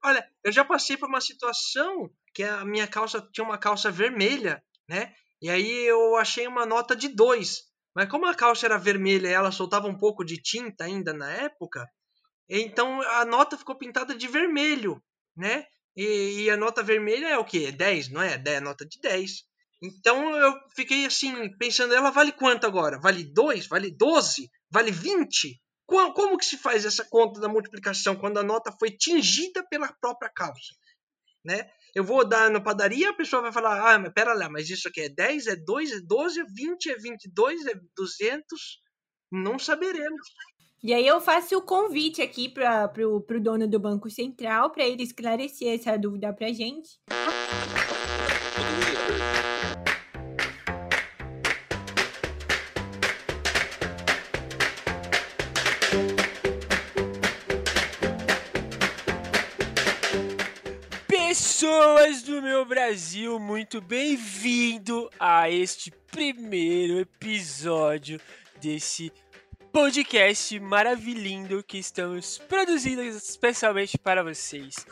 Olha, eu já passei por uma situação que a minha calça tinha uma calça vermelha, né? E aí eu achei uma nota de 2. Mas como a calça era vermelha e ela soltava um pouco de tinta ainda na época, então a nota ficou pintada de vermelho, né? E a nota vermelha é o quê? 10, não é? É nota de 10. Então eu fiquei assim, pensando, ela vale quanto agora? Vale 2? Vale 12? Vale 20? Como que se faz essa conta da multiplicação quando a nota foi tingida pela própria calça, né? Eu vou dar na padaria, a pessoa vai falar, mas pera lá, mas isso aqui é 10, é 2, é 12, é 20, é 22, é 200? Não saberemos. E aí eu faço o convite aqui pro dono do Banco Central para ele esclarecer essa dúvida pra gente. Pessoas do meu Brasil, muito bem-vindo a este primeiro episódio desse podcast maravilhoso que estamos produzindo especialmente para vocês.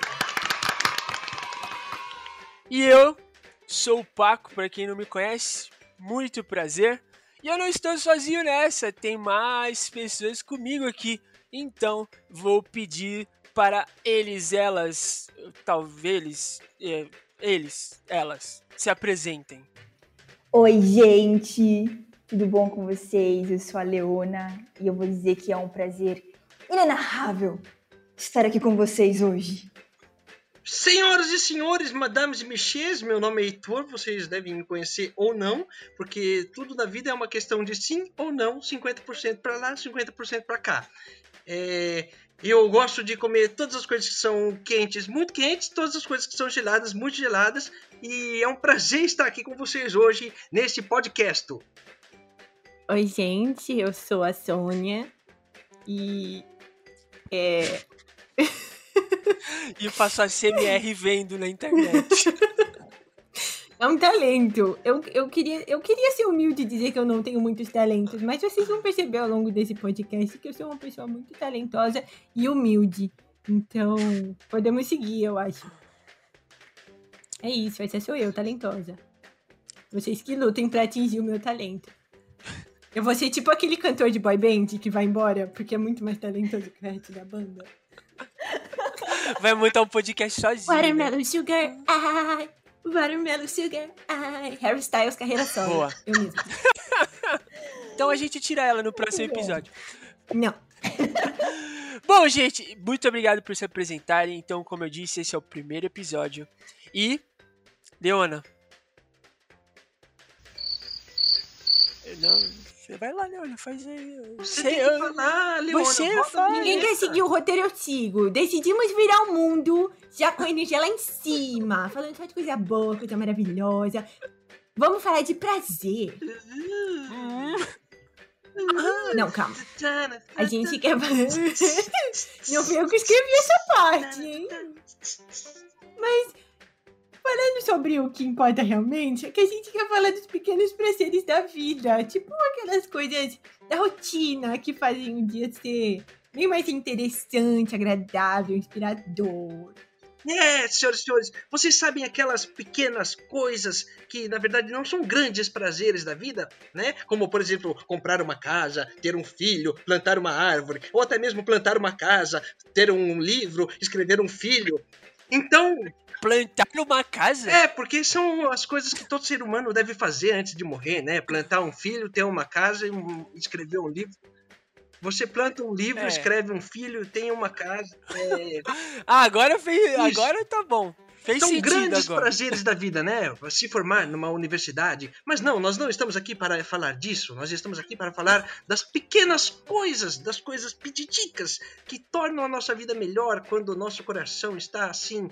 E eu sou o Paco, para quem não me conhece, muito prazer. E eu não estou sozinho nessa, tem mais pessoas comigo aqui. Então vou pedir para eles, elas, talvez elas se apresentem. Oi, gente! Tudo bom com vocês? Eu sou a Leona e eu vou dizer que é um prazer inenarrável estar aqui com vocês hoje. Senhoras e senhores, madames e messieurs, meu nome é Heitor, vocês devem me conhecer ou não, porque tudo na vida é uma questão de sim ou não, 50% para lá, 50% para cá. Eu gosto de comer todas as coisas que são quentes, muito quentes, todas as coisas que são geladas, muito geladas, e é um prazer estar aqui com vocês hoje nesse podcast. Oi, gente, eu sou a Sônia e E faço a CMR vendo na internet. é um talento. Eu queria ser humilde e dizer que eu não tenho muitos talentos, mas vocês vão perceber ao longo desse podcast que eu sou uma pessoa muito talentosa e humilde. Então, podemos seguir, eu acho. É isso, essa sou eu, talentosa. Vocês que lutem pra atingir o meu talento. Eu vou ser tipo aquele cantor de boy band que vai embora porque é muito mais talentoso que o resto da banda. Vai montar um podcast sozinho. Watermelon Sugar, ai. Watermelon Sugar, ai. Harry Styles, carreira solo. Boa. Eu mesmo. Então a gente tira ela no próximo episódio. Não. Bom, gente, muito obrigado por se apresentarem. Então, como eu disse, esse é o primeiro episódio. E, Leona. Não, você vai lá, Leona, faz aí. Você tem que falar, Leona. Você fala. Ninguém quer seguir o roteiro, eu sigo. Decidimos virar o mundo já com a energia lá em cima. Falando só de coisa boa, coisa maravilhosa. Vamos falar de prazer. Não, calma. A gente quer... Não fui eu que escrevi essa parte, hein? Mas, falando sobre o que importa realmente, é que a gente quer falar dos pequenos prazeres da vida. Tipo aquelas coisas da rotina que fazem o dia ser bem mais interessante, agradável, inspirador. Senhoras e senhores, vocês sabem aquelas pequenas coisas que, na verdade, não são grandes prazeres da vida, né? Como, por exemplo, comprar uma casa, ter um filho, plantar uma árvore, ou até mesmo plantar uma casa, ter um livro, escrever um filho. Então... Plantar uma casa? Porque são as coisas que todo ser humano deve fazer antes de morrer, né? Plantar um filho, ter uma casa e escrever um livro. Você planta um livro, escreve um filho, tem uma casa. Agora tá bom. Fez São sentido grandes agora. prazeres da vida, né? Se formar numa universidade. Mas não, nós não estamos aqui para falar disso. Nós estamos aqui para falar das pequenas coisas, das coisas pititicas que tornam a nossa vida melhor quando o nosso coração está assim...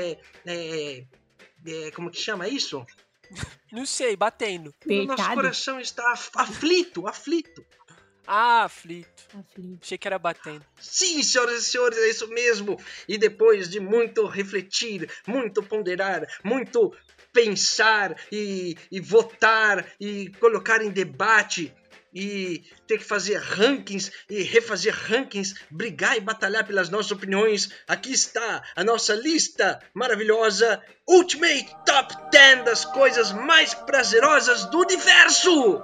como que chama isso? Não sei, batendo. O nosso coração está aflito. Ah, aflito. Achei que era batendo. Sim, senhoras e senhores, é isso mesmo. E depois de muito refletir, muito ponderar, muito pensar e votar e colocar em debate, e ter que fazer rankings e refazer rankings, brigar e batalhar pelas nossas opiniões, aqui está a nossa lista maravilhosa Ultimate Top 10 das coisas mais prazerosas do universo!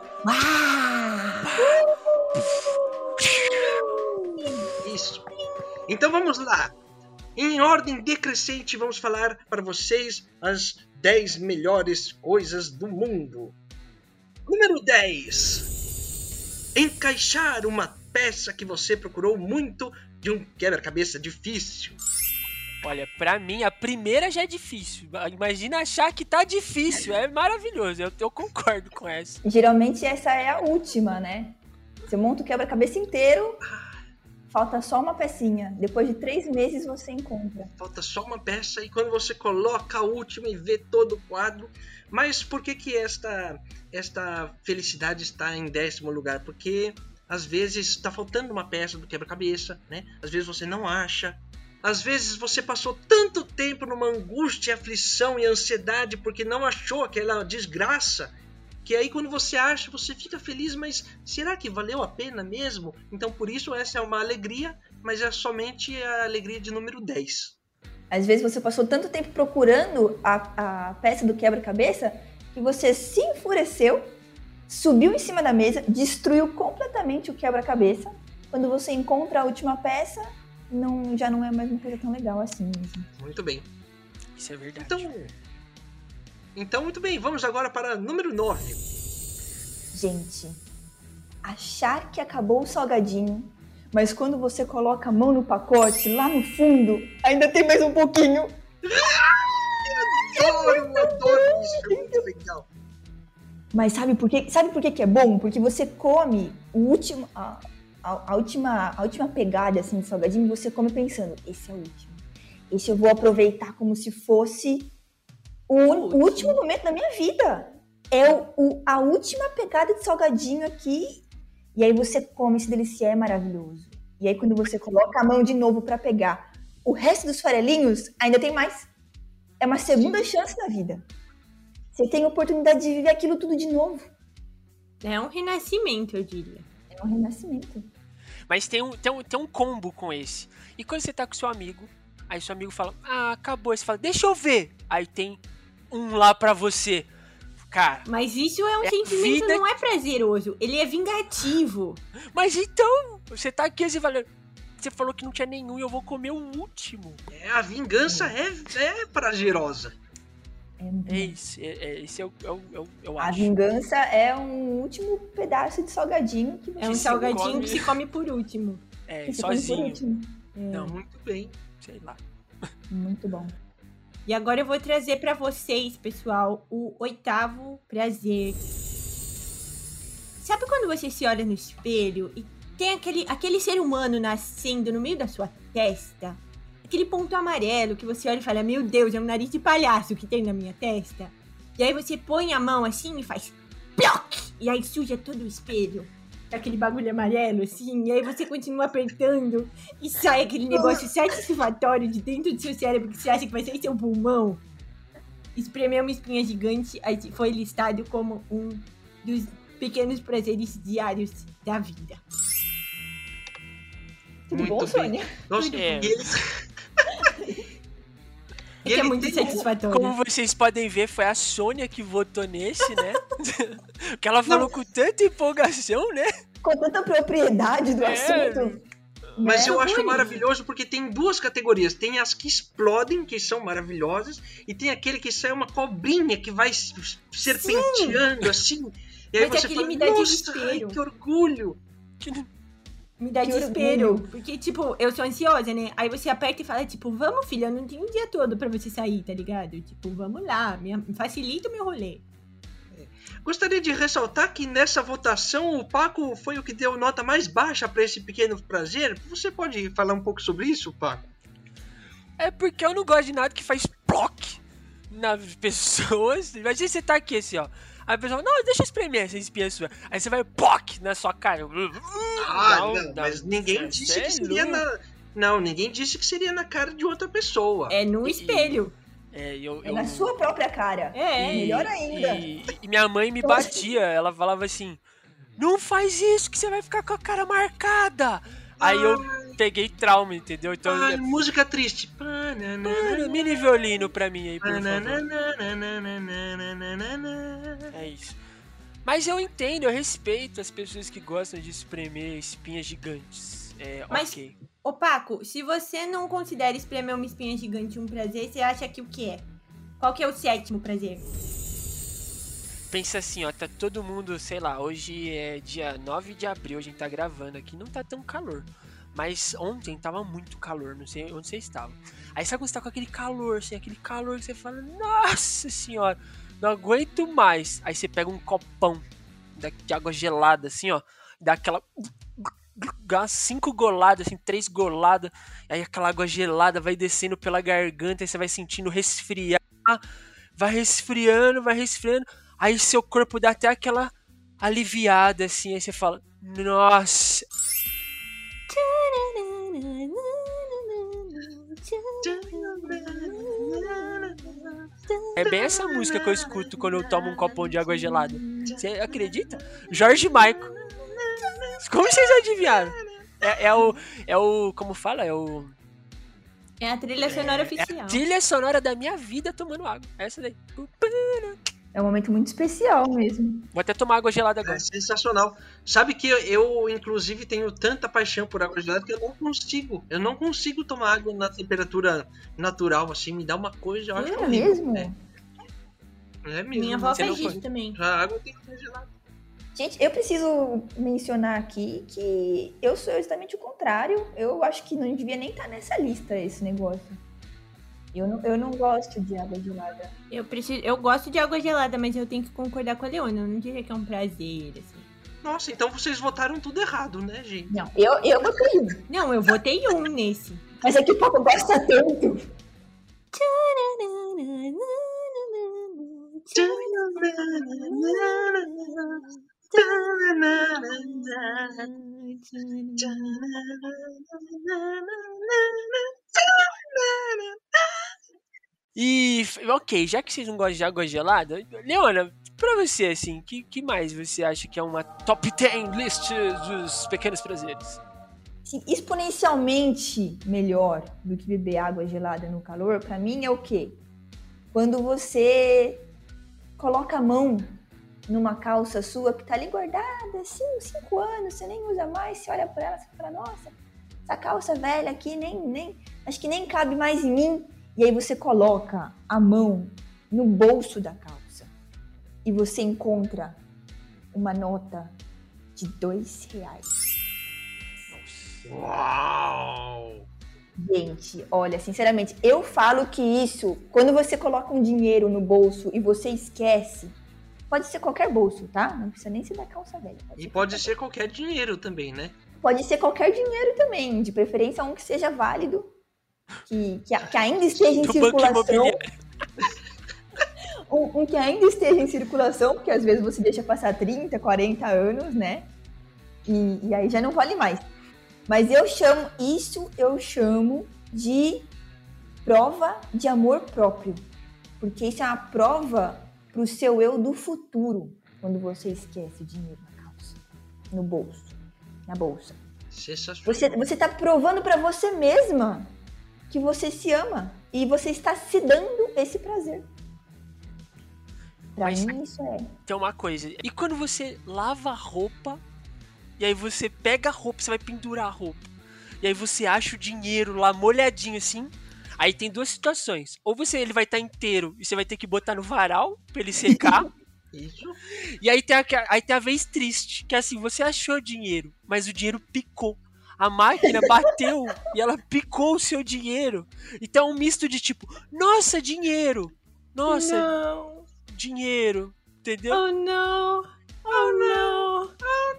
Isso. Então vamos lá. Em ordem decrescente, vamos falar para vocês as 10 melhores coisas do mundo. Número 10. Encaixar uma peça que você procurou muito de um quebra-cabeça difícil. Olha, pra mim, a primeira já é difícil. Imagina achar que tá difícil. É maravilhoso. Eu concordo com essa. Geralmente essa é a última, né? Você monta o quebra-cabeça inteiro, falta só uma pecinha. Depois de 3 meses você encontra. Falta só uma peça e quando você coloca a última e vê todo o quadro. Mas por que esta felicidade está em 10º lugar? Porque às vezes está faltando uma peça do quebra-cabeça, né? Às vezes você não acha. Às vezes você passou tanto tempo numa angústia, aflição e ansiedade porque não achou aquela desgraça, que aí quando você acha, você fica feliz, mas será que valeu a pena mesmo? Então por isso essa é uma alegria, mas é somente a alegria de número 10. Às vezes você passou tanto tempo procurando a peça do quebra-cabeça que você se enfureceu, subiu em cima da mesa, destruiu completamente o quebra-cabeça. Quando você encontra a última peça, já não é mais uma coisa tão legal assim mesmo. Muito bem. Isso é verdade. Então, muito bem. Vamos agora para número 9. Gente, achar que acabou o salgadinho, mas quando você coloca a mão no pacote, lá no fundo, ainda tem mais um pouquinho. Eu adoro isso. É muito legal. Mas sabe por quê que é bom? Porque você come o último... A última pegada assim, de salgadinho, você come pensando, esse é o último. Esse eu vou aproveitar como se fosse o último momento da minha vida. É a última pegada de salgadinho aqui. E aí você come, esse delícia é maravilhoso. E aí quando você coloca a mão de novo para pegar o resto dos farelinhos, ainda tem mais. É uma segunda chance na vida. Você tem a oportunidade de viver aquilo tudo de novo. É um renascimento, eu diria. É um renascimento. Mas tem um combo com esse. E quando você tá com seu amigo, aí seu amigo fala, acabou. Aí você fala, deixa eu ver. Aí tem um lá pra você. Cara. Mas isso é um sentimento, não é prazeroso. Ele é vingativo. Mas então, você tá aqui, você falou que não tinha nenhum e eu vou comer o último. A vingança é prazerosa. Esse eu acho. A vingança é um último pedaço de salgadinho que você é um salgadinho que se come por último. Sozinho. Não, muito bem. Sei lá. Muito bom. E agora eu vou trazer pra vocês, pessoal, o 8º prazer. Sabe quando você se olha no espelho e tem aquele ser humano nascendo no meio da sua testa? Aquele ponto amarelo que você olha e fala, meu Deus, é um nariz de palhaço que tem na minha testa. E aí você põe a mão assim e faz ploc! E aí suja todo o espelho. Aquele bagulho amarelo assim. E aí você continua apertando e sai aquele negócio satisfatório de dentro do seu cérebro que você acha que vai ser seu pulmão. Espremer uma espinha gigante foi listado como um dos pequenos prazeres diários da vida. Tudo bom, Sônia? Nossa, É que é muito satisfatório. Como vocês podem ver, foi a Sônia que votou nesse, né? Que ela falou com tanta empolgação, né? Com tanta propriedade do assunto. Mas eu acho maravilhoso porque tem 2 categorias. Tem as que explodem, que são maravilhosas, e tem aquele que sai uma cobrinha que vai serpenteando assim. E aí mas você aquele fala, me dá nossa, desespero. ai, que orgulho. Me dá desespero. Porque, tipo, eu sou ansiosa, né? Aí você aperta e fala, tipo, vamos, filha, eu não tenho um dia todo pra você sair, tá ligado? Tipo, vamos lá, facilita o meu rolê. Gostaria de ressaltar que nessa votação o Paco foi o que deu nota mais baixa para esse pequeno prazer. Você pode falar um pouco sobre isso, Paco? É porque eu não gosto de nada que faz ploc nas pessoas. Imagina você tá aqui assim, ó. Aí a pessoa, não, deixa eu espremer essa espinha sua. Aí você vai POC na sua cara. Mas ninguém disse que seria na... Não, ninguém disse que seria na cara de outra pessoa. É no espelho. É na sua própria cara. É. Melhor ainda. E minha mãe me batia. Ela falava assim, não faz isso que você vai ficar com a cara marcada. Aí eu peguei trauma, entendeu? Então, música triste. Mini violino pra mim aí, por favor. É isso. Mas eu entendo, eu respeito as pessoas que gostam de espremer espinhas gigantes. Mas, ok. ô Paco, se você não considera espremer uma espinha gigante um prazer, você acha que o que é? Qual que é o 7º prazer? Pensa assim, ó, tá todo mundo, sei lá, hoje é dia 9 de abril, a gente tá gravando aqui, não tá tão calor. Mas ontem tava muito calor, não sei onde você estava. Aí sabe quando você tá com aquele calor, assim, aquele calor que você fala, nossa senhora, não aguento mais. Aí você pega um copão de água gelada, assim, ó, dá aquela 5 goladas, assim, 3 goladas. Aí aquela água gelada vai descendo pela garganta, aí você vai sentindo resfriar, vai resfriando. Aí seu corpo dá até aquela aliviada, assim, aí você fala, nossa. É bem essa música que eu escuto quando eu tomo um copão de água gelada. Você acredita? Jorge Michael. Como vocês adivinharam? É o como fala? É a trilha sonora oficial. É a trilha sonora da minha vida tomando água. É essa daí. É um momento muito especial mesmo. Vou até tomar água gelada agora. É sensacional. Sabe que eu inclusive, tenho tanta paixão por água gelada que eu não consigo tomar água na temperatura natural, assim, me dá uma coisa, eu acho horrível. Mesmo? É mesmo. Minha avó faz isso também. A água tem que ser gelada. Gente, eu preciso mencionar aqui que eu sou exatamente o contrário. Eu acho que não devia nem estar nessa lista esse negócio. Eu não gosto de água gelada. Eu gosto de água gelada, mas eu tenho que concordar com a Leona. Eu não diria que é um prazer, assim. Nossa, então vocês votaram tudo errado, né, gente? Não, eu botei um. Não, eu votei um nesse. Mas é que o Paco gosta tanto. E, ok, já que vocês não gostam de água gelada, Leona, pra você, assim, que mais você acha que é uma top 10 list dos pequenos prazeres? Assim, exponencialmente melhor do que beber água gelada no calor, pra mim é o quê? Quando você coloca a mão numa calça sua que tá ali guardada, assim, uns 5 anos, você nem usa mais, você olha pra ela e fala, nossa, essa calça velha aqui acho que nem cabe mais em mim. E aí você coloca a mão no bolso da calça e você encontra uma nota de R$2. Uau! Gente, olha, sinceramente, eu falo que isso, quando você coloca um dinheiro no bolso e você esquece, pode ser qualquer bolso, tá? Não precisa nem ser da calça velha. Pode ser qualquer dinheiro também, né? Pode ser qualquer dinheiro também, de preferência um que seja válido, que ainda esteja em circulação. Um que ainda esteja em circulação, porque às vezes você deixa passar 30, 40 anos, né? E aí já não vale mais. Mas eu chamo de prova de amor próprio. Porque isso é uma prova pro seu eu do futuro, quando você esquece o dinheiro na calça, no bolso, na bolsa. Você tá provando pra você mesma que você se ama e você está se dando esse prazer. Pra mim isso é... Tem uma coisa, e quando você lava a roupa, e aí você pega a roupa, você vai pendurar a roupa, e aí você acha o dinheiro lá molhadinho assim, aí tem duas situações, ou ele vai estar inteiro e você vai ter que botar no varal pra ele secar, Isso. E aí tem a vez triste, que é assim, você achou dinheiro, mas o dinheiro picou. A máquina bateu e ela picou o seu dinheiro. Então é um misto de tipo, nossa, dinheiro. Nossa, Não. dinheiro. Entendeu? Oh, não. Oh, não.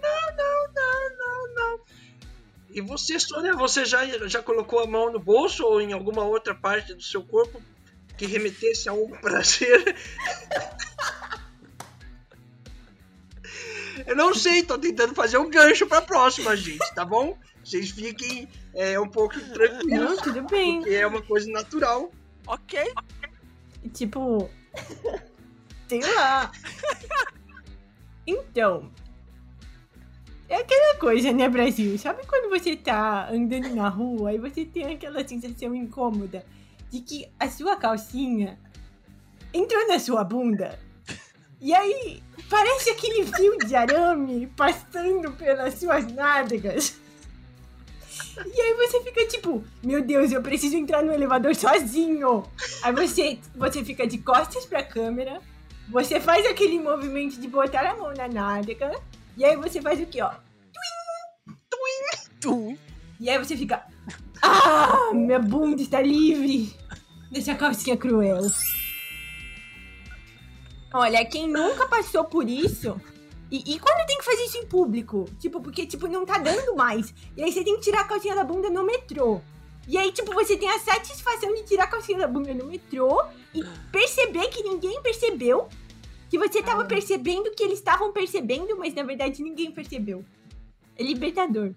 Não. E você, Sônia, você já colocou a mão no bolso ou em alguma outra parte do seu corpo que remetesse a um prazer? Eu não sei, tô tentando fazer um gancho pra próxima, gente, tá bom? Vocês fiquem um pouco tranquilos. Não, tudo bem. Porque é uma coisa natural. Ok. Tipo, sei lá. Então, É aquela coisa, né, Brasil? Sabe quando você tá andando na rua e você tem aquela sensação incômoda de que a sua calcinha entrou na sua bunda? E aí, parece aquele fio de arame passando pelas suas nádegas. E aí você fica tipo, meu Deus, eu preciso entrar no elevador sozinho. Aí você fica de costas pra câmera, você faz aquele movimento de botar a mão na nádega, e aí você faz o quê, ó? Tuim, tuim, tuim. E aí você fica, minha bunda está livre dessa calcinha cruel. Olha, quem nunca passou por isso... E quando tem que fazer isso em público? Tipo, porque, não tá dando mais. E aí você tem que tirar a calcinha da bunda no metrô. E aí, você tem a satisfação de tirar a calcinha da bunda no metrô e perceber que ninguém percebeu. Que você tava percebendo que eles estavam percebendo, mas na verdade ninguém percebeu. É libertador.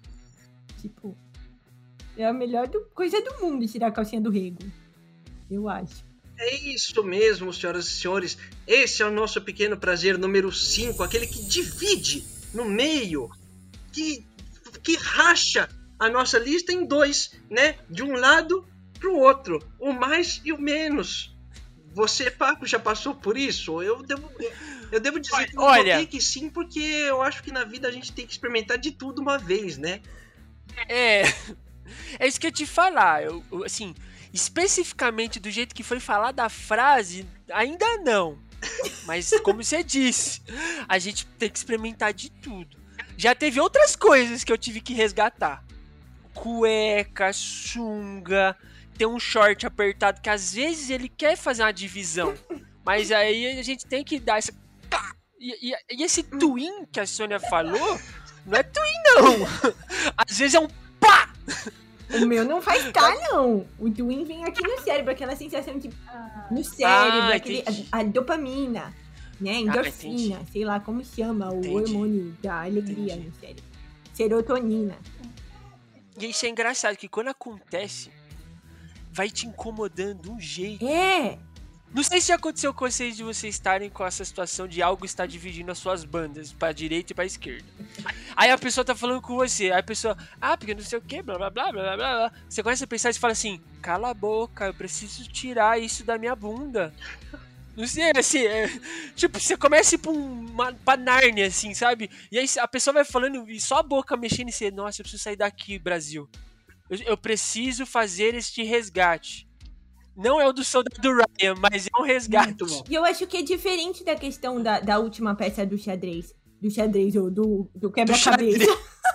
É a melhor coisa do mundo tirar a calcinha do rego. Eu acho. É isso mesmo, senhoras e senhores. Esse é o nosso pequeno prazer número 5, aquele que divide no meio, que racha a nossa lista em 2, né? De um lado pro outro, o mais e o menos. Você, Paco, já passou por isso? Eu devo dizer que eu coloquei que sim, porque eu acho que na vida a gente tem que experimentar de tudo uma vez, né? É isso que eu te falar. Assim, especificamente do jeito que foi falada a frase, ainda não. Mas como você disse, a gente tem que experimentar de tudo. Já teve outras coisas que eu tive que resgatar. Cueca, sunga, tem um short apertado que às vezes ele quer fazer uma divisão. Mas aí a gente tem que dar essa... E esse twin que a Sônia falou, não é twin não. Às vezes é um pá! O meu não faz não. O twin vem aqui no cérebro, aquela sensação de... No cérebro, a dopamina, né? Endorfina, sei lá como chama, o hormônio da alegria no cérebro. Serotonina. E isso é engraçado, que quando acontece, vai te incomodando um jeito. Não sei se já aconteceu com vocês de vocês estarem com essa situação de algo estar dividindo as suas bandas pra direita e pra esquerda. Aí a pessoa tá falando com você, aí a pessoa, porque não sei o que, blá blá blá blá blá. Você começa a pensar e fala assim, cala a boca, eu preciso tirar isso da minha bunda. Não sei, assim, você começa a ir pra Nárnia, assim, sabe? E aí a pessoa vai falando e só a boca mexendo e você, nossa, eu preciso sair daqui, Brasil. Eu preciso fazer este resgate. Não é o do soldado do Ryan, mas é um resgate. E eu acho que é diferente da questão da última peça do xadrez. Do xadrez, ou do quebra-cabeça.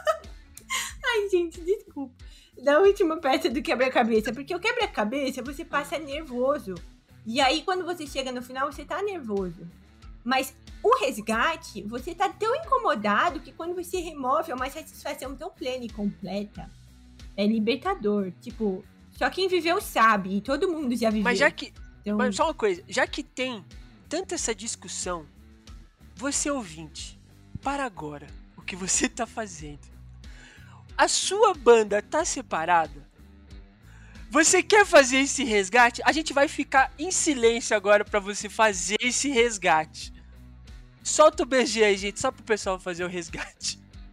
Ai, gente, desculpa. Da última peça do quebra-cabeça. Porque o quebra-cabeça, você passa nervoso. E aí, quando você chega no final, você tá nervoso. Mas o resgate, você tá tão incomodado que quando você remove, é uma satisfação tão plena e completa. É libertador. Só quem viveu sabe, e todo mundo já viveu. Mas só uma coisa, já que tem tanta essa discussão, você ouvinte, para agora o que você tá fazendo. A sua banda tá separada? Você quer fazer esse resgate? A gente vai ficar em silêncio agora pra você fazer esse resgate. Solta o BG aí, gente, só pro pessoal fazer o resgate.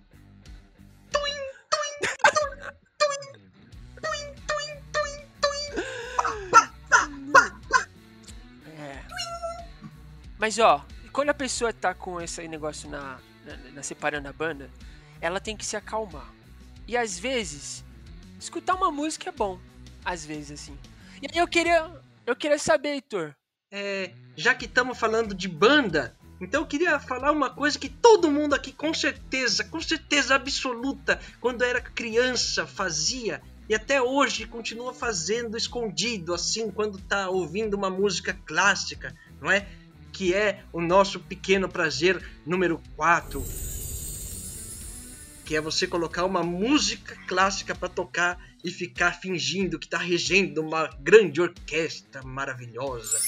Mas quando a pessoa tá com esse negócio na separando a banda, ela tem que se acalmar. E às vezes, escutar uma música é bom. Às vezes, assim. E aí eu queria saber, Heitor. Já que estamos falando de banda, então eu queria falar uma coisa que todo mundo aqui com certeza absoluta, quando era criança fazia, e até hoje continua fazendo escondido, assim, quando tá ouvindo uma música clássica, não é? Que é o nosso pequeno prazer número 4. Que é você colocar uma música clássica para tocar e ficar fingindo que tá regendo uma grande orquestra maravilhosa.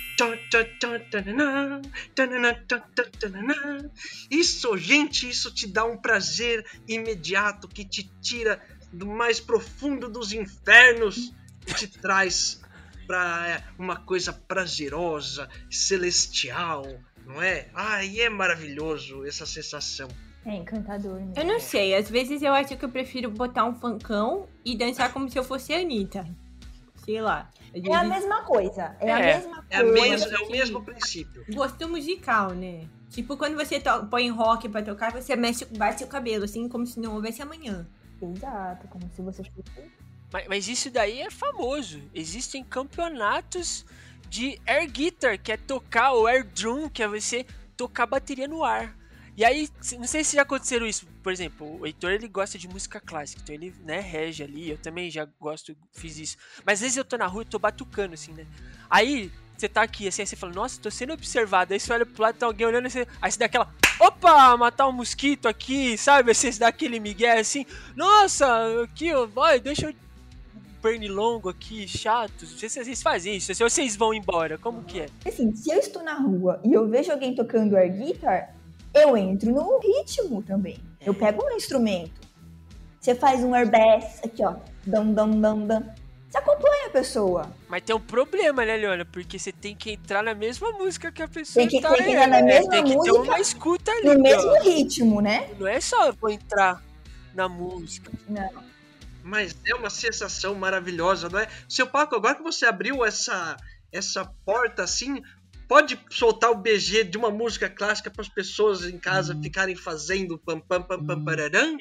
Isso, gente, isso te dá um prazer imediato que te tira do mais profundo dos infernos e te traz para uma coisa prazerosa, celestial, não é? E é maravilhoso essa sensação. É encantador, né? Eu não sei, às vezes eu acho que eu prefiro botar um funkão e dançar como se eu fosse a Anitta. Sei lá. É a mesma coisa. É a É. mesma É, coisa. é o mesmo princípio. Gosto musical, né? Tipo, quando você põe rock pra tocar, você bate o cabelo, assim, como se não houvesse amanhã. Exato, como se você fosse... Mas isso daí é famoso. Existem campeonatos de air guitar, que é tocar, ou air drum, que é você tocar bateria no ar. E aí, não sei se já aconteceram isso. Por exemplo, o Heitor, ele gosta de música clássica, então ele, né, rege ali. Eu também já gosto, fiz isso. Mas às vezes eu tô na rua e tô batucando, assim, né? Aí, você tá aqui, assim, aí você fala, nossa, tô sendo observado. Aí você olha pro lado, tá alguém olhando, aí você dá aquela, opa, matar um mosquito aqui, sabe? Aí você dá aquele migué, assim, nossa, aqui, ó, vai, deixa eu... pernilongo aqui, chato. Não sei se vocês fazem isso, se vocês vão embora, como que é? Assim, se eu estou na rua e eu vejo alguém tocando air guitar, eu entro no ritmo também. Eu pego um instrumento. Você faz um air bass, aqui ó, dam, dam, dam, dam. Você acompanha a pessoa. Mas tem um problema, né, Leona? Porque você tem que entrar na mesma música que a pessoa Tem que tá entrar na mesma tem que ter música, uma escuta ali, no mesmo ó. ritmo, né? Não é só eu vou entrar na música. Não. Mas é uma sensação maravilhosa, não é? Seu Paco, agora que você abriu essa porta assim, pode soltar o BG de uma música clássica para as pessoas em casa ficarem fazendo pam pam pam pam pararam?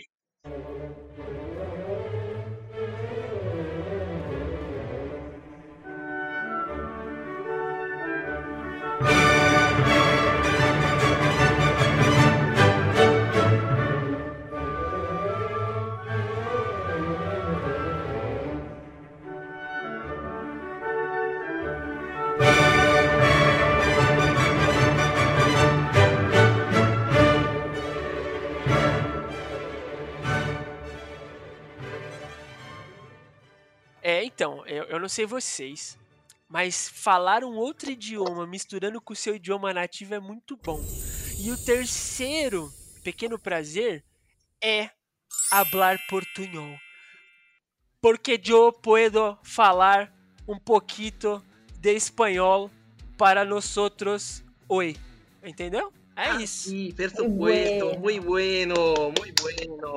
Então, eu não sei vocês, mas falar um outro idioma misturando com o seu idioma nativo é muito bom. E o terceiro pequeno prazer é hablar portunhol. Porque eu puedo falar um pouquito de espanhol para nosotros hoy. Entendeu? É isso. Sí, por supuesto, muy bueno, muy bueno.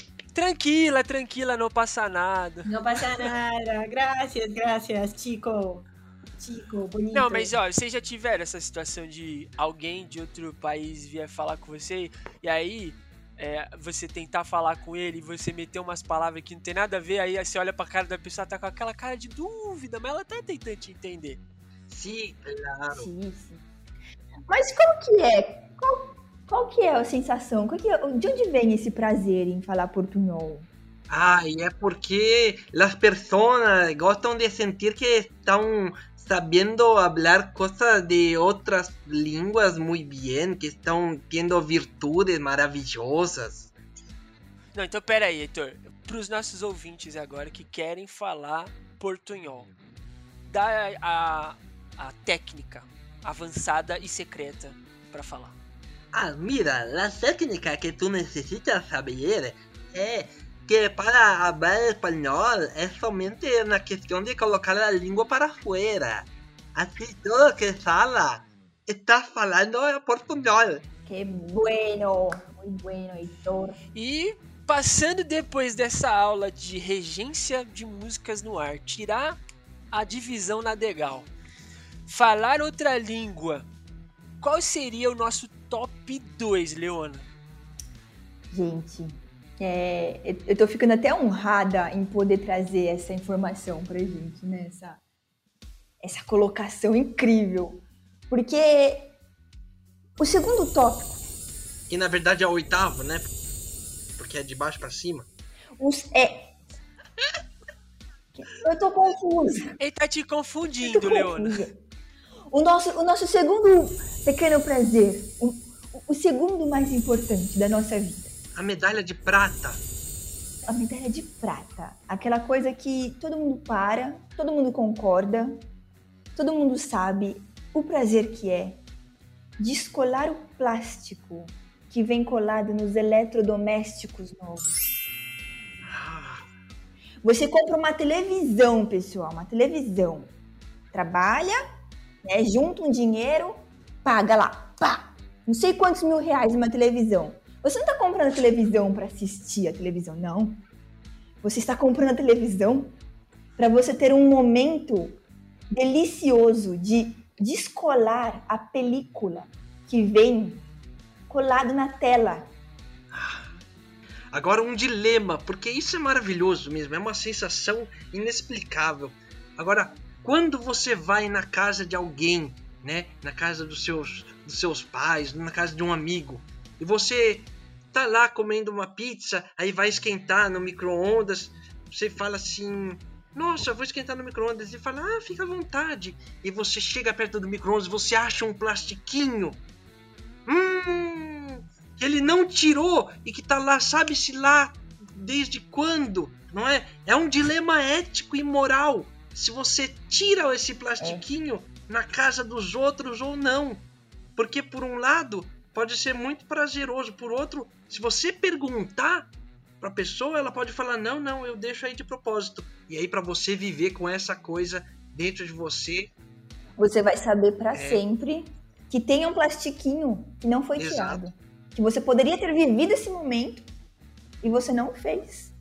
Tranquila, não passa nada. Não passa nada. Graças, Chico. Chico, bonito. Não, mas ó, vocês já tiveram essa situação de alguém de outro país vier falar com você e aí você tentar falar com ele e você meter umas palavras que não tem nada a ver, aí você olha pra cara da pessoa, tá com aquela cara de dúvida, mas ela tá tentando te entender. Sim, claro. Sim. Mas qual que é? Qual que é a sensação? De onde vem esse prazer em falar portunhol? E é porque as pessoas gostam de sentir que estão sabendo falar coisas de outras línguas muito bem, que estão tendo virtudes maravilhosas. Não, então pera aí, Heitor. Pros nossos ouvintes agora que querem falar portunhol, dá a técnica avançada e secreta para falar. Mira, la técnica que tú necesitas saber es que para hablar español es solamente una cuestión de colocar la lengua para afuera. Así todo que fala, estás falando portunhol. Que bueno, muito bueno, Heitor. E passando depois dessa aula de regência de músicas no ar, tirar a divisão na degal, falar outra língua, qual seria o nosso top 2, Leona? Gente, eu tô ficando até honrada em poder trazer essa informação pra gente, né? Essa colocação incrível. Porque o segundo tópico... Que na verdade é o oitavo, né? Porque é de baixo pra cima. Eu tô confusa. Ele tá te confundindo, Leona. O nosso segundo pequeno prazer, o segundo mais importante da nossa vida. A medalha de prata. A medalha de prata. Aquela coisa que todo mundo para, todo mundo concorda, todo mundo sabe o prazer que é descolar o plástico que vem colado nos eletrodomésticos novos. Você compra uma televisão, pessoal, uma televisão. Trabalha, junta um dinheiro, paga lá, pá, não sei quantos mil reais uma televisão. Você não está comprando a televisão para assistir a televisão, não. Você está comprando a televisão para você ter um momento delicioso de descolar a película que vem colado na tela. Agora um dilema, porque isso é maravilhoso mesmo, é uma sensação inexplicável. Agora, quando você vai na casa de alguém, né, na casa dos seus pais, na casa de um amigo, e você tá lá comendo uma pizza, aí vai esquentar no micro-ondas, você fala assim, nossa, eu vou esquentar no micro-ondas, e fala, fica à vontade. E você chega perto do micro-ondas, você acha um plastiquinho, que ele não tirou e que tá lá, sabe-se lá desde quando, não é? É um dilema ético e moral, se você tira esse plastiquinho na casa dos outros ou não. Porque por um lado pode ser muito prazeroso, por outro, se você perguntar pra pessoa, ela pode falar, não, eu deixo aí de propósito. E aí pra você viver com essa coisa dentro de você, você vai saber pra sempre que tem um plastiquinho que não foi tirado. Que você poderia ter vivido esse momento e você não fez.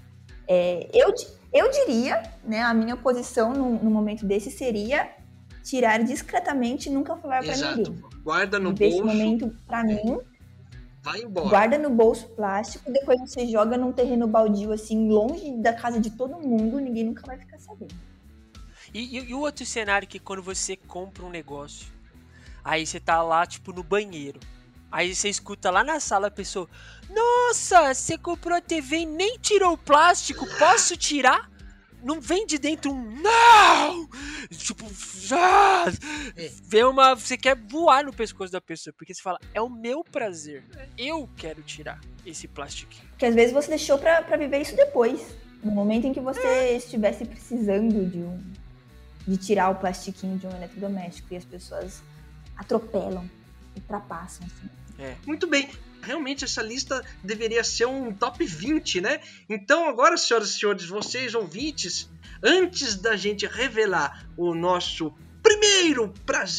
Eu diria, né, a minha posição no momento desse seria tirar discretamente e nunca falar pra ninguém. Guarda no bolso. Esse momento, pra mim, vai embora. Guarda no bolso plástico, depois você joga num terreno baldio, assim, longe da casa de todo mundo, ninguém nunca vai ficar sabendo. E o outro cenário que quando você compra um negócio, aí você tá lá, tipo, no banheiro. Aí você escuta lá na sala a pessoa, nossa, você comprou a TV e nem tirou o plástico, posso tirar? Não vem de dentro não! Tipo, você quer voar no pescoço da pessoa, porque você fala, é o meu prazer, eu quero tirar esse plastiquinho. Porque às vezes você deixou pra viver isso depois, no momento em que você estivesse precisando de tirar o plastiquinho de um eletrodoméstico, e as pessoas atropelam, ultrapassam, assim. Muito bem, realmente essa lista deveria ser um top 20, né? Então agora, senhoras e senhores, vocês ouvintes, antes da gente revelar o nosso primeiro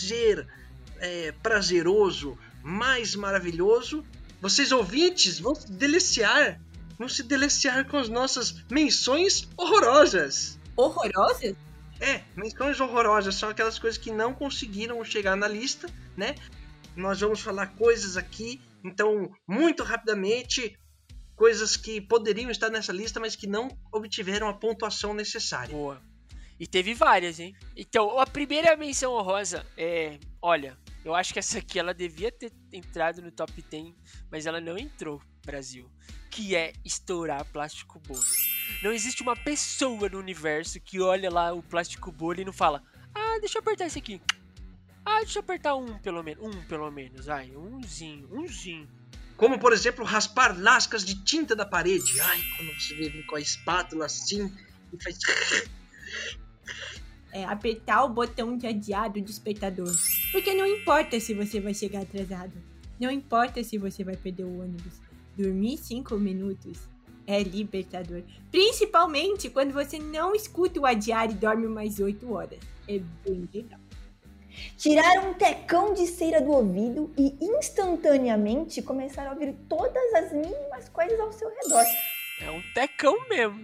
prazeroso, mais maravilhoso, vocês ouvintes vão se deliciar com as nossas menções horrorosas. Horrorosas? Menções horrorosas são aquelas coisas que não conseguiram chegar na lista, né? Nós vamos falar coisas aqui, então, muito rapidamente, coisas que poderiam estar nessa lista, mas que não obtiveram a pontuação necessária. Boa. E teve várias, hein? Então, a primeira menção honrosa olha, eu acho que essa aqui ela devia ter entrado no top 10, mas ela não entrou, Brasil. Que é estourar plástico bolha. Não existe uma pessoa no universo que olha lá o plástico bolha e não fala, deixa eu apertar esse aqui. Deixa eu apertar um pelo menos, umzinho. Como, por exemplo, raspar lascas de tinta da parede. Quando você vem com a espátula assim e faz... Apertar o botão de adiar do despertador. Porque não importa se você vai chegar atrasado. Não importa se você vai perder o ônibus. Dormir 5 minutos é libertador. Principalmente quando você não escuta o adiar e dorme mais 8 horas. É bem legal. Tirar um tecão de cera do ouvido e instantaneamente começar a ouvir todas as mínimas coisas ao seu redor. É um tecão mesmo.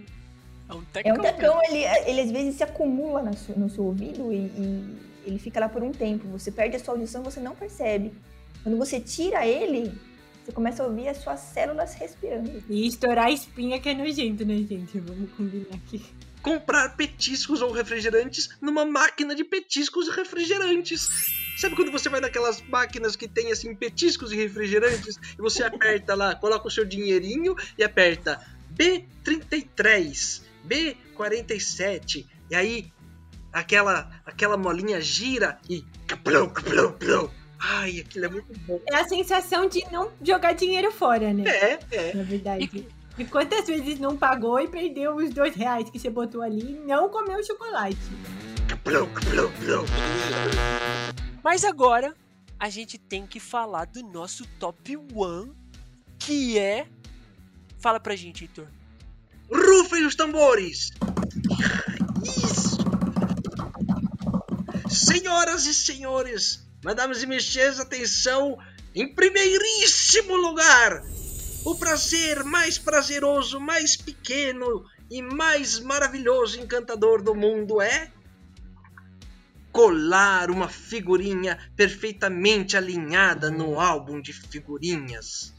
Ele às vezes se acumula no seu ouvido e ele fica lá por um tempo. Você perde a sua audição, você não percebe. Quando você tira ele, você começa a ouvir as suas células respirando. E estourar a espinha que é nojento, né, gente? Vamos combinar aqui. Comprar petiscos ou refrigerantes numa máquina de petiscos e refrigerantes. Sabe quando você vai naquelas máquinas que tem assim petiscos e refrigerantes e você aperta lá, coloca o seu dinheirinho e aperta B33, B47 e aí aquela molinha gira e caplão. Aquilo é muito bom. É a sensação de não jogar dinheiro fora, né? Na verdade. E quantas vezes não pagou e perdeu os R$2 que você botou ali e não comeu chocolate? Mas agora a gente tem que falar do nosso top 1, que é... Fala pra gente, Heitor. Rufem os tambores! Isso! Senhoras e senhores, madames e messieurs, atenção! Em primeiríssimo lugar, o prazer mais prazeroso, mais pequeno e mais maravilhoso e encantador do mundo é colar uma figurinha perfeitamente alinhada no álbum de figurinhas.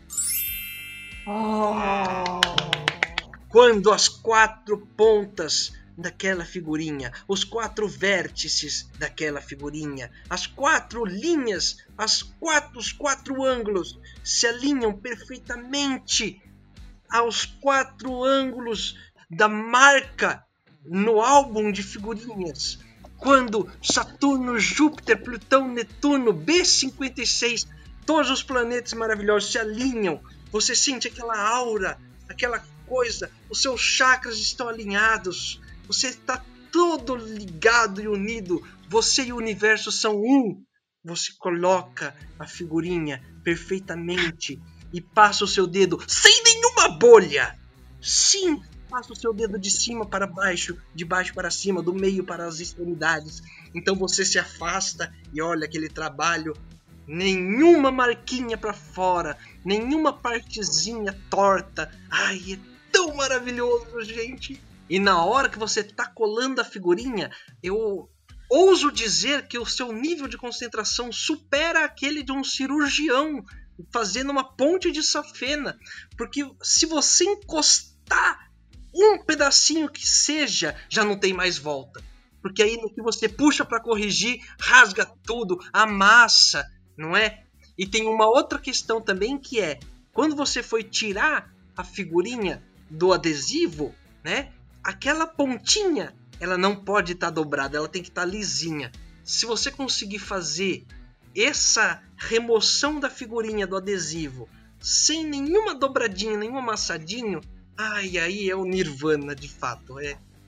Quando as 4 pontas daquela figurinha, os 4 vértices daquela figurinha, as 4 linhas, os 4 ângulos se alinham perfeitamente aos 4 ângulos da marca no álbum de figurinhas. Quando Saturno, Júpiter, Plutão, Netuno, B56, todos os planetas maravilhosos se alinham, você sente aquela aura, aquela coisa, os seus chakras estão alinhados, você está todo ligado e unido, você e o universo são um. Você coloca a figurinha perfeitamente e passa o seu dedo sem nenhuma bolha. Sim, passa o seu dedo de cima para baixo, de baixo para cima, do meio para as extremidades. Então você se afasta e olha aquele trabalho, nenhuma marquinha para fora, nenhuma partezinha torta. Ai, é tão maravilhoso, gente. E na hora que você está colando a figurinha, eu ouso dizer que o seu nível de concentração supera aquele de um cirurgião fazendo uma ponte de safena. Porque se você encostar um pedacinho que seja, já não tem mais volta. Porque aí no que você puxa para corrigir, rasga tudo, amassa, não é? E tem uma outra questão também que é, quando você foi tirar a figurinha do adesivo, né? Aquela pontinha, ela não pode estar dobrada, ela tem que estar lisinha. Se você conseguir fazer essa remoção da figurinha do adesivo sem nenhuma dobradinha, nenhum amassadinho, aí é o nirvana de fato.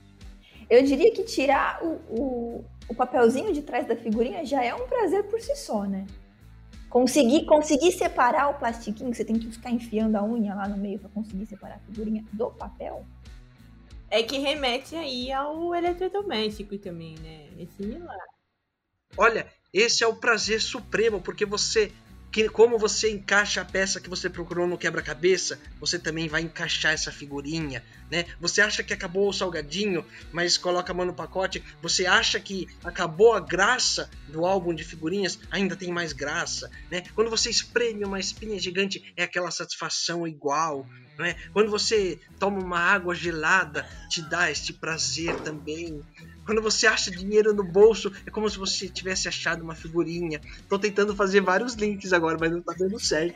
Eu diria que tirar o papelzinho de trás da figurinha já é um prazer por si só, né? Conseguir separar o plastiquinho, que você tem que ficar enfiando a unha lá no meio para conseguir separar a figurinha do papel. É que remete aí ao eletrodoméstico também, né? Esse lá. Olha, esse é o prazer supremo, porque como você encaixa a peça que você procurou no quebra-cabeça, você também vai encaixar essa figurinha, né? Você acha que acabou o salgadinho, mas coloca a mão no pacote. Você acha que acabou a graça do álbum de figurinhas, ainda tem mais graça, né? Quando você espreme uma espinha gigante, é aquela satisfação igual, né? Quando você toma uma água gelada, te dá este prazer também. Quando você acha dinheiro no bolso, é como se você tivesse achado uma figurinha. Tô tentando fazer vários links agora, mas não tá dando certo.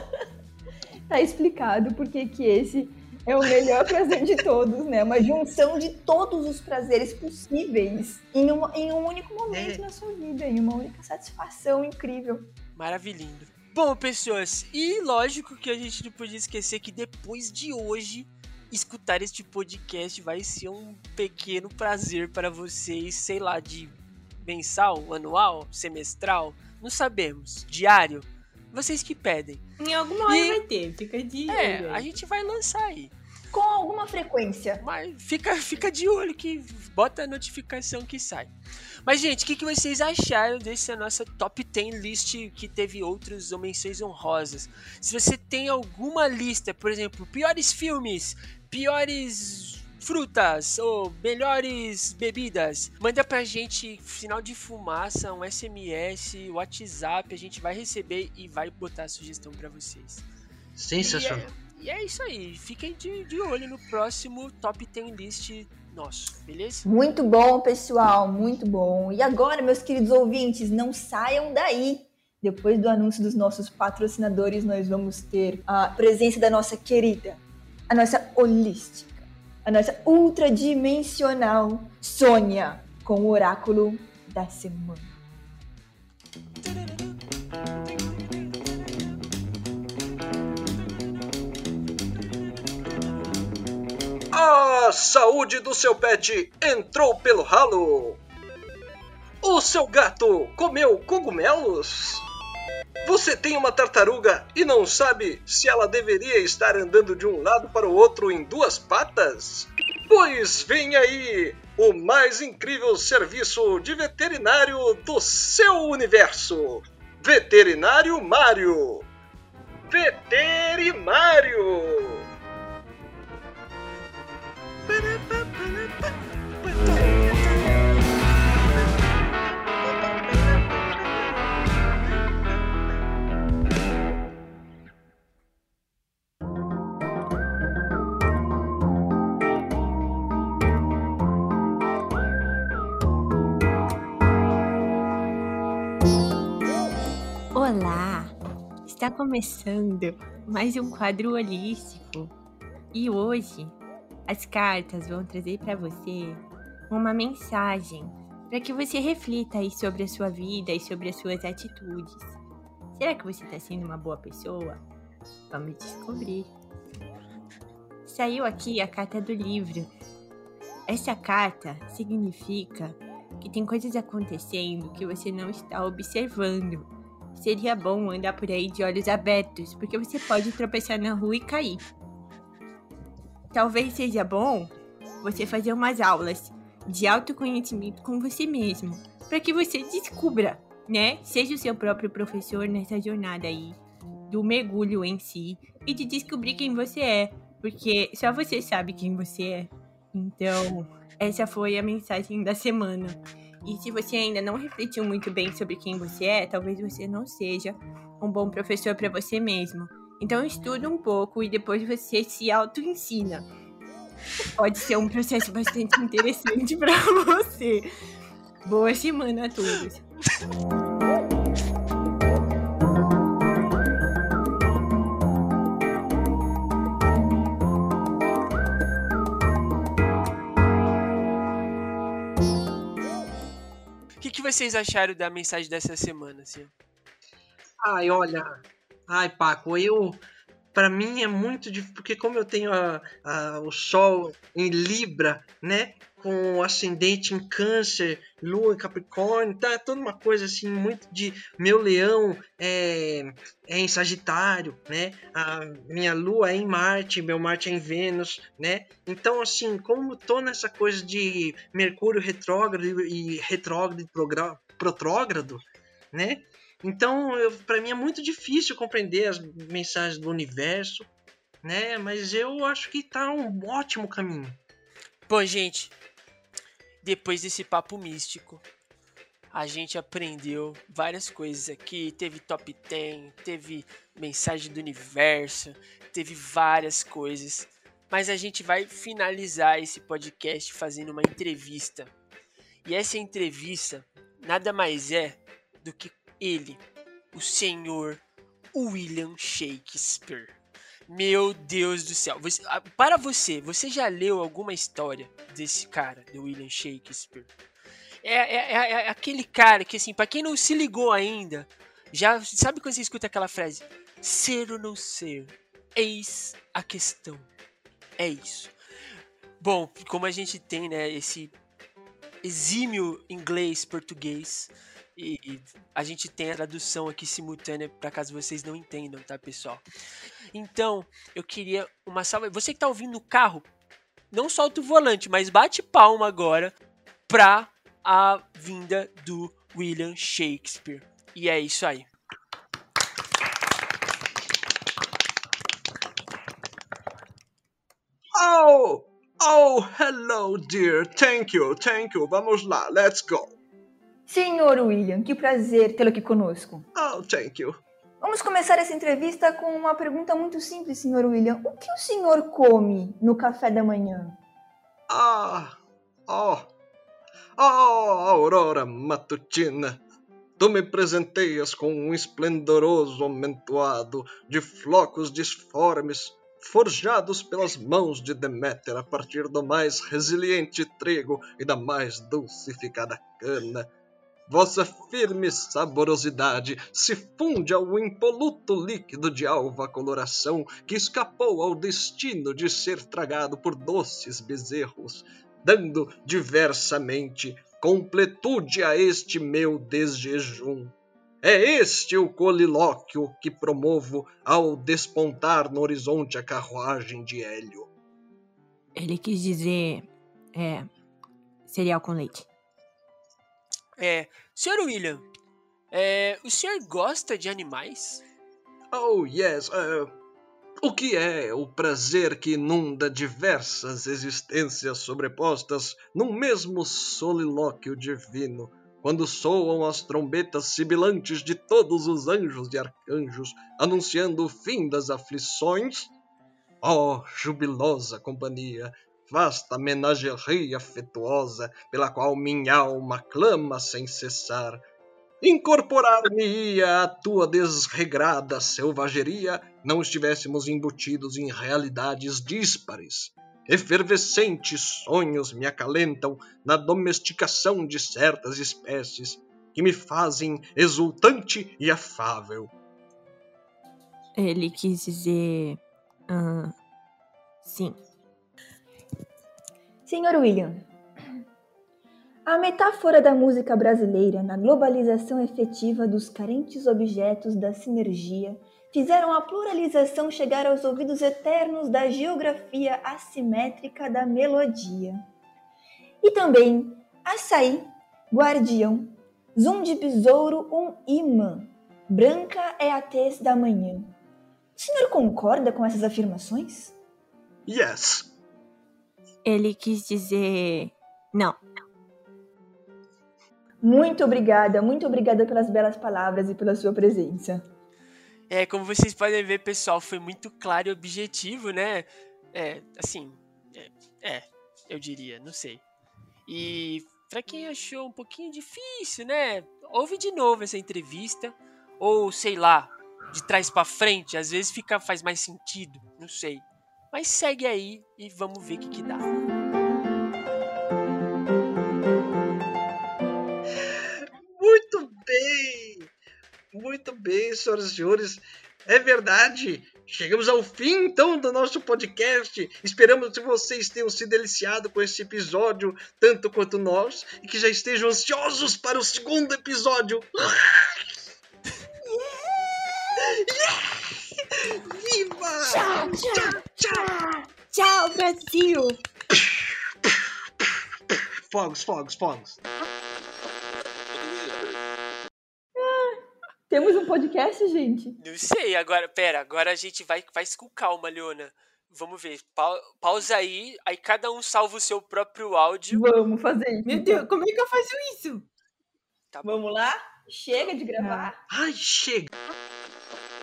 Tá explicado porque que esse é o melhor prazer de todos, né? Uma junção de todos os prazeres possíveis em um único momento na sua vida, em uma única satisfação incrível. Maravilhindo. Bom, pessoas, e lógico que a gente não podia esquecer que depois de hoje, escutar este podcast vai ser um pequeno prazer para vocês, sei lá, de mensal, anual, semestral, não sabemos, diário, vocês que pedem. Em alguma hora vai ter, fica de olho. A gente vai lançar aí. Com alguma frequência. Mas fica de olho que bota a notificação que sai. Mas, gente, o que vocês acharam dessa nossa top 10 list que teve outras menções honrosas? Se você tem alguma lista, por exemplo, piores filmes, piores frutas ou melhores bebidas, manda pra gente sinal de fumaça, um SMS, WhatsApp, a gente vai receber e vai botar a sugestão pra vocês. Sensacional. E é isso aí, fiquem de olho no próximo Top 10 List nosso, beleza? Muito bom, pessoal, muito bom. E agora, meus queridos ouvintes, não saiam daí. Depois do anúncio dos nossos patrocinadores, nós vamos ter a presença da nossa querida, a nossa holística, a nossa ultradimensional Sônia, com o oráculo da semana. A saúde do seu pet entrou pelo ralo. O seu gato comeu cogumelos? Você tem uma tartaruga e não sabe se ela deveria estar andando de um lado para o outro em 2 patas? Pois vem aí o mais incrível serviço de veterinário do seu universo. Veterinário Mário. veterinário. Olá! Está começando mais um quadro holístico. E hoje, as cartas vão trazer para você uma mensagem para que você reflita aí sobre a sua vida e sobre as suas atitudes. Será que você está sendo uma boa pessoa? Vamos descobrir. Saiu aqui a carta do livro. Essa carta significa que tem coisas acontecendo que você não está observando. Seria bom andar por aí de olhos abertos, porque você pode tropeçar na rua e cair. Talvez seja bom você fazer umas aulas de autoconhecimento com você mesmo, para que você descubra, né? Seja o seu próprio professor nessa jornada aí, do mergulho em si e de descobrir quem você é, porque só você sabe quem você é. Então, essa foi a mensagem da semana. E se você ainda não refletiu muito bem sobre quem você é, talvez você não seja um bom professor para você mesmo. Então estuda um pouco e depois você se auto-ensina. Pode ser um processo bastante interessante para você. Boa semana a todos. O que vocês acharam da mensagem dessa semana, assim? Ai, Paco, pra mim é muito difícil, porque como eu tenho o Sol em Libra, né, com ascendente em Câncer, Lua em Capricórnio, tá toda uma coisa assim, muito de... Meu Leão é em Sagitário, né, a minha Lua é em Marte, meu Marte é em Vênus, né, então assim, como tô nessa coisa de Mercúrio retrógrado e retrógrado protrógrado, né, então, para mim é muito difícil compreender as mensagens do universo, né? Mas eu acho que tá um ótimo caminho. Bom, gente, depois desse papo místico, a gente aprendeu várias coisas aqui. Teve top 10, teve mensagem do universo, teve várias coisas. Mas a gente vai finalizar esse podcast fazendo uma entrevista. E essa entrevista nada mais é do que ele, o senhor William Shakespeare. Meu Deus do céu. Para você já leu alguma história desse cara, do William Shakespeare? É aquele cara que, assim, pra quem não se ligou ainda, já sabe quando você escuta aquela frase? Ser ou não ser, eis a questão. É isso. Bom, como a gente tem, né, esse exímio inglês-português, e a gente tem a tradução aqui simultânea para caso vocês não entendam, tá, pessoal? Então, eu queria uma salva. Você que tá ouvindo no carro, não solta o volante, mas bate palma agora pra a vinda do William Shakespeare. E é isso aí. Oh, hello, dear. Thank you. Vamos lá, let's go. Senhor William, que prazer tê-lo aqui conosco. Oh, thank you. Vamos começar essa entrevista com uma pergunta muito simples, senhor William. O que o senhor come no café da manhã? Aurora matutina. Tu me presenteias com um esplendoroso amontoado de flocos disformes, forjados pelas mãos de Deméter a partir do mais resiliente trigo e da mais dulcificada cana. Vossa firme saborosidade se funde ao impoluto líquido de alva coloração que escapou ao destino de ser tragado por doces bezerros, dando diversamente completude a este meu desjejum. É este o colilóquio que promovo ao despontar no horizonte a carruagem de Hélio. Ele quis dizer cereal com leite. Senhor William, o senhor gosta de animais? Oh, yes. O que é o prazer que inunda diversas existências sobrepostas num mesmo solilóquio divino, quando soam as trombetas sibilantes de todos os anjos e arcanjos, anunciando o fim das aflições? Oh, jubilosa companhia, vasta menageria afetuosa, pela qual minha alma clama sem cessar. Incorporar-me-ia à tua desregrada selvageria, não estivéssemos embutidos em realidades díspares. Efervescentes sonhos me acalentam na domesticação de certas espécies, que me fazem exultante e afável. Ele quis dizer... sim. Senhor William, a metáfora da música brasileira na globalização efetiva dos carentes objetos da sinergia fizeram a pluralização chegar aos ouvidos eternos da geografia assimétrica da melodia. E também açaí, guardião, zum de besouro imã, branca é a tez da manhã. O senhor concorda com essas afirmações? Yes. Ele quis dizer... não. Muito obrigada pelas belas palavras e pela sua presença. Como vocês podem ver, pessoal, foi muito claro e objetivo, né? Eu diria, não sei. E pra quem achou um pouquinho difícil, né? Ouve de novo essa entrevista, ou sei lá, de trás pra frente, às vezes faz mais sentido, não sei. Mas segue aí e vamos ver o que dá. Muito bem, senhoras e senhores. É verdade. Chegamos ao fim, então, do nosso podcast. Esperamos que vocês tenham se deliciado com esse episódio, tanto quanto nós, e que já estejam ansiosos para o segundo episódio. Viva! Tchau! Tchau, Brasil! Fogos. Temos um podcast, gente? Não sei, agora a gente vai com calma, Leona. Vamos ver, pausa aí cada um salva o seu próprio áudio. Vamos fazer isso. Meu Deus, como é que eu faço isso? Tá bom. Vamos lá? Chega de gravar. Ai, chega!